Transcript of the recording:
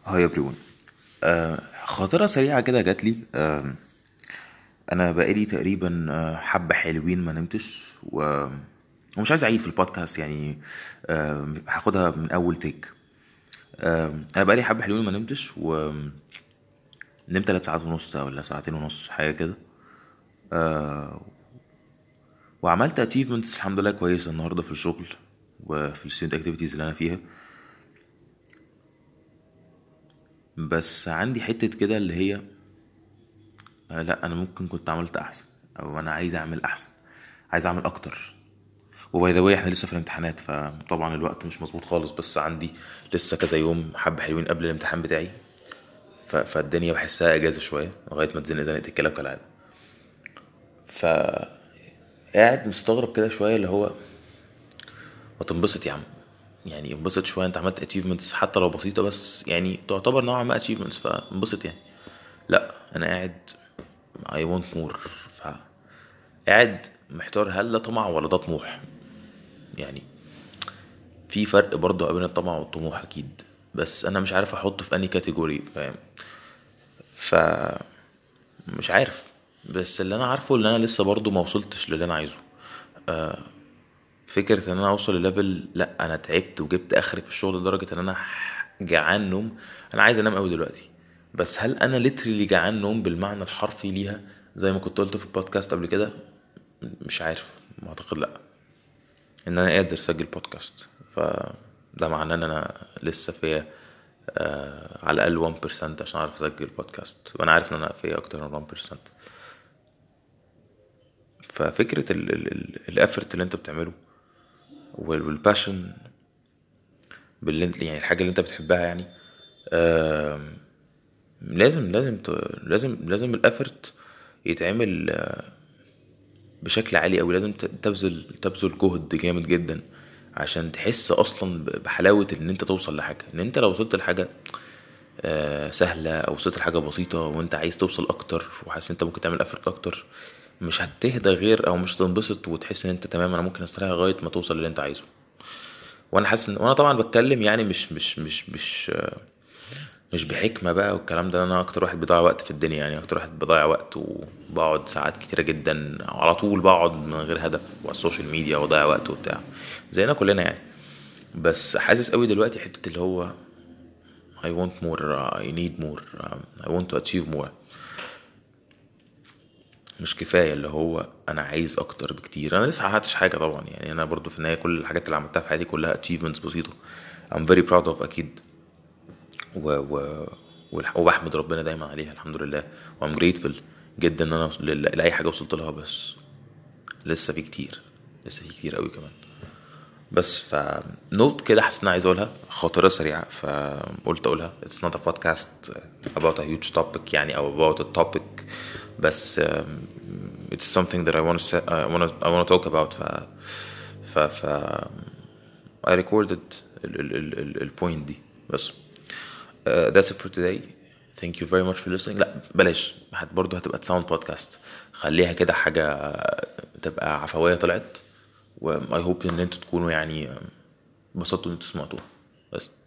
هاي everyone. خاطرة سريعة كده جات لي. انا بقالي تقريبا حبة حلوين ما نمتش ومش عايز اعيد في البودكاست يعني. هاخدها من اول تيك. انا بقالي حبة حلوين ما نمتش ونمت 3 ساعات ونص ولا ساعتين ونص حاجة كده. وعملت achievements الحمد لله كويسة النهاردة في الشغل وفي الستودنت activities اللي انا فيها. بس عندي حتة كده اللي هي لا انا ممكن كنت عملت احسن، او انا عايز اعمل احسن، عايز اعمل اكتر. وباي ذا واي احنا لسه في الامتحانات فطبعا الوقت مش مظبوط خالص، بس عندي لسه كذا يوم حبة حلوين قبل الامتحان بتاعي. فالدنيا بحسها اجازة شوية لغاية ما تزنق زنقة الكلاب كالعادة. فقاعد مستغرب كده شوية اللي هو ما تنبسط يا عم، يعني انبسط شوية. انت عملت achievements حتى لو بسيطة بس يعني تعتبر نوعا ما achievements، فانبسط يعني. لا انا قاعد I want more. فقاعد محتار هل ده طمع ولا ده طموح يعني. في فرق برضه بين الطمع والطموح اكيد، بس انا مش عارف احطه في اني كاتيجوري، فاهم؟ فمش عارف. بس اللي انا عارفه اللي انا لسه برضه ما وصلتش للي انا عايزه. فكرة ان انا اوصل لليفل، لا انا تعبت وجبت اخري في الشغل لدرجة ان انا جعان نوم. انا عايز انام قوي دلوقتي. بس هل انا ليترلي جعان نوم بالمعنى الحرفي ليها زي ما كنت قلت في البودكاست قبل كده؟ مش عارف، ما اعتقد لا. ان انا قادر اسجل بودكاست فده معناه ان انا لسه فيا على الاقل 1% عشان اعرف اسجل بودكاست، وانا عارف ان انا فيا اكتر من 1%. ففكرة الافرت اللي انت بتعمله والباشن يعني الحاجة اللي انت بتحبها يعني. آم، لازم الافرت يتعمل بشكل عالي قوي. لازم تبذل جهد جامد جدا عشان تحس اصلا بحلاوة ان انت توصل لحاجة. ان انت لو وصلت لحاجة سهلة او وصلت لحاجة بسيطة وانت عايز توصل اكتر وحاسس انت ممكن تعمل افرت اكتر، مش هتهدى غير او مش تنبسط وتحس ان انت تمام انا ممكن استريح لغاية ما توصل اللي انت عايزه. وانا حاسس وانا طبعا بتكلم يعني مش بحكمة بقى والكلام ده. انا اكتر واحد بيضيع وقت في الدنيا، يعني اكتر واحد بضيع وقت وبقعد ساعات كتيرة جدا على طول بقعد من غير هدف على السوشيال ميديا وضيع وقت وبتاع زينا كلنا يعني. بس حاسس قوي دلوقتي حتة اللي هو I want more, I need more, I want to achieve more. مش كفاية اللي هو انا عايز اكتر بكتير. انا لسه محققتش حاجة طبعا يعني. انا برضو في النهاية كل الحاجات اللي عملتها في حياتي كلها achievements بسيطة I'm very proud of اكيد. و... و... وبحمد ربنا دايما عليها الحمد لله. وام grateful جدا ان انا لاي حاجه وصلت لها. بس لسه في كتير، لسه في كتير قوي كمان. بس نوت كده حاسس ان أنا عايز اقولها خاطره سريعه فقلت اقولها. it's not a podcast about a huge topic يعني او about a topic، بس it's something that I want to say, I want to talk about. ف I recorded البوينت دي بس. that's it for today. thank you very much for listening. لا بلاش برضه هتبقى ساوند بودكاست. خليها كده حاجة تبقى عفوية طلعت. و I hope ان انتوا تكونوا يعني انبسطتوا ان انتوا سمعتوها بس.